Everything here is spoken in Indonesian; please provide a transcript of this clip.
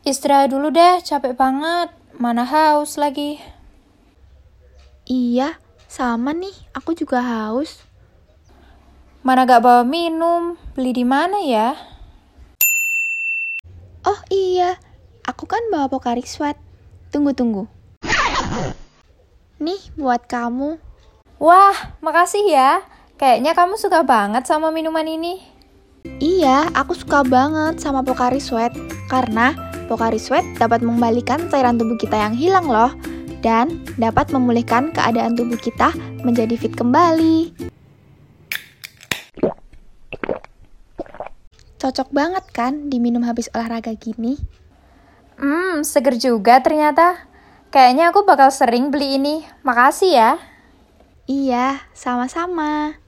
Istirahat dulu deh, capek banget. Mana haus lagi. Iya, sama nih. Aku juga haus. Mana gak bawa minum? Beli di mana ya? Oh iya, aku kan bawa Pocari Sweat. Tunggu. Nih, buat kamu. Wah, makasih ya. Kayaknya kamu suka banget sama minuman ini. Iya, aku suka banget sama Pocari Sweat. Karena Pocari Sweat dapat mengembalikan cairan tubuh kita yang hilang loh. Dan dapat memulihkan keadaan tubuh kita menjadi fit kembali. Cocok banget kan diminum habis olahraga gini? Seger juga ternyata. Kayaknya aku bakal sering beli ini. Makasih ya. Iya, sama-sama.